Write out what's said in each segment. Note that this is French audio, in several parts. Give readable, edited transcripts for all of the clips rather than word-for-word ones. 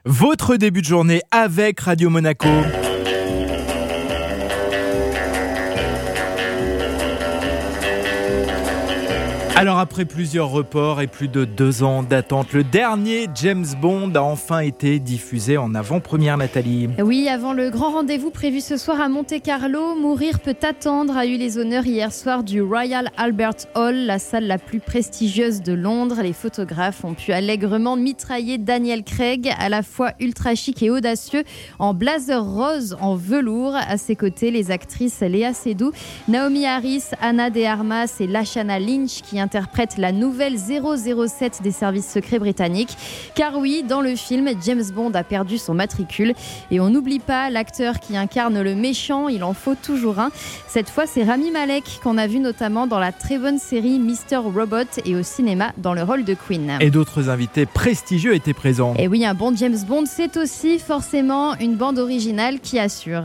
Votre début de journée avec Radio Monaco. Alors après plusieurs reports et plus de 2 ans d'attente, le dernier James Bond a enfin été diffusé en avant-première, Nathalie. Oui, avant le grand rendez-vous prévu ce soir à Monte-Carlo, Mourir peut attendre a eu les honneurs hier soir du Royal Albert Hall, la salle la plus prestigieuse de Londres. Les photographes ont pu allègrement mitrailler Daniel Craig, à la fois ultra chic et audacieux, en blazer rose en velours. À ses côtés, les actrices Léa Seydoux, Naomi Harris, Ana de Armas et Lashana Lynch qui interprète la nouvelle 007 des services secrets britanniques. Car oui, dans le film, James Bond a perdu son matricule. Et on n'oublie pas l'acteur qui incarne le méchant, il en faut toujours un. Cette fois, c'est Rami Malek qu'on a vu notamment dans la très bonne série Mr. Robot et au cinéma dans le rôle de Queen. Et d'autres invités prestigieux étaient présents. Et oui, un bon James Bond, c'est aussi forcément une bande originale qui assure.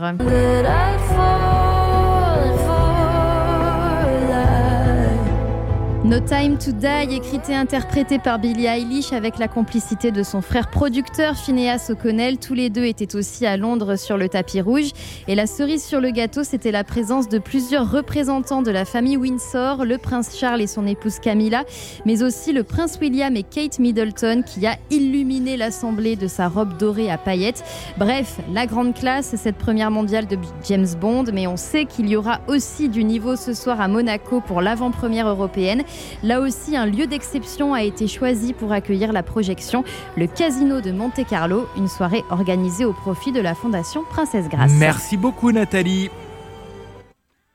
No Time to Die, écrite et interprétée par Billie Eilish avec la complicité de son frère producteur Phineas O'Connell. Tous les deux étaient aussi à Londres sur le tapis rouge. Et la cerise sur le gâteau, c'était la présence de plusieurs représentants de la famille Windsor, le prince Charles et son épouse Camilla, mais aussi le prince William et Kate Middleton qui a illuminé l'assemblée de sa robe dorée à paillettes. Bref, la grande classe, cette première mondiale de James Bond, mais on sait qu'il y aura aussi du niveau ce soir à Monaco pour l'avant-première européenne. Là aussi, un lieu d'exception a été choisi pour accueillir la projection, le Casino de Monte-Carlo, une soirée organisée au profit de la Fondation Princesse Grace. Merci beaucoup Nathalie.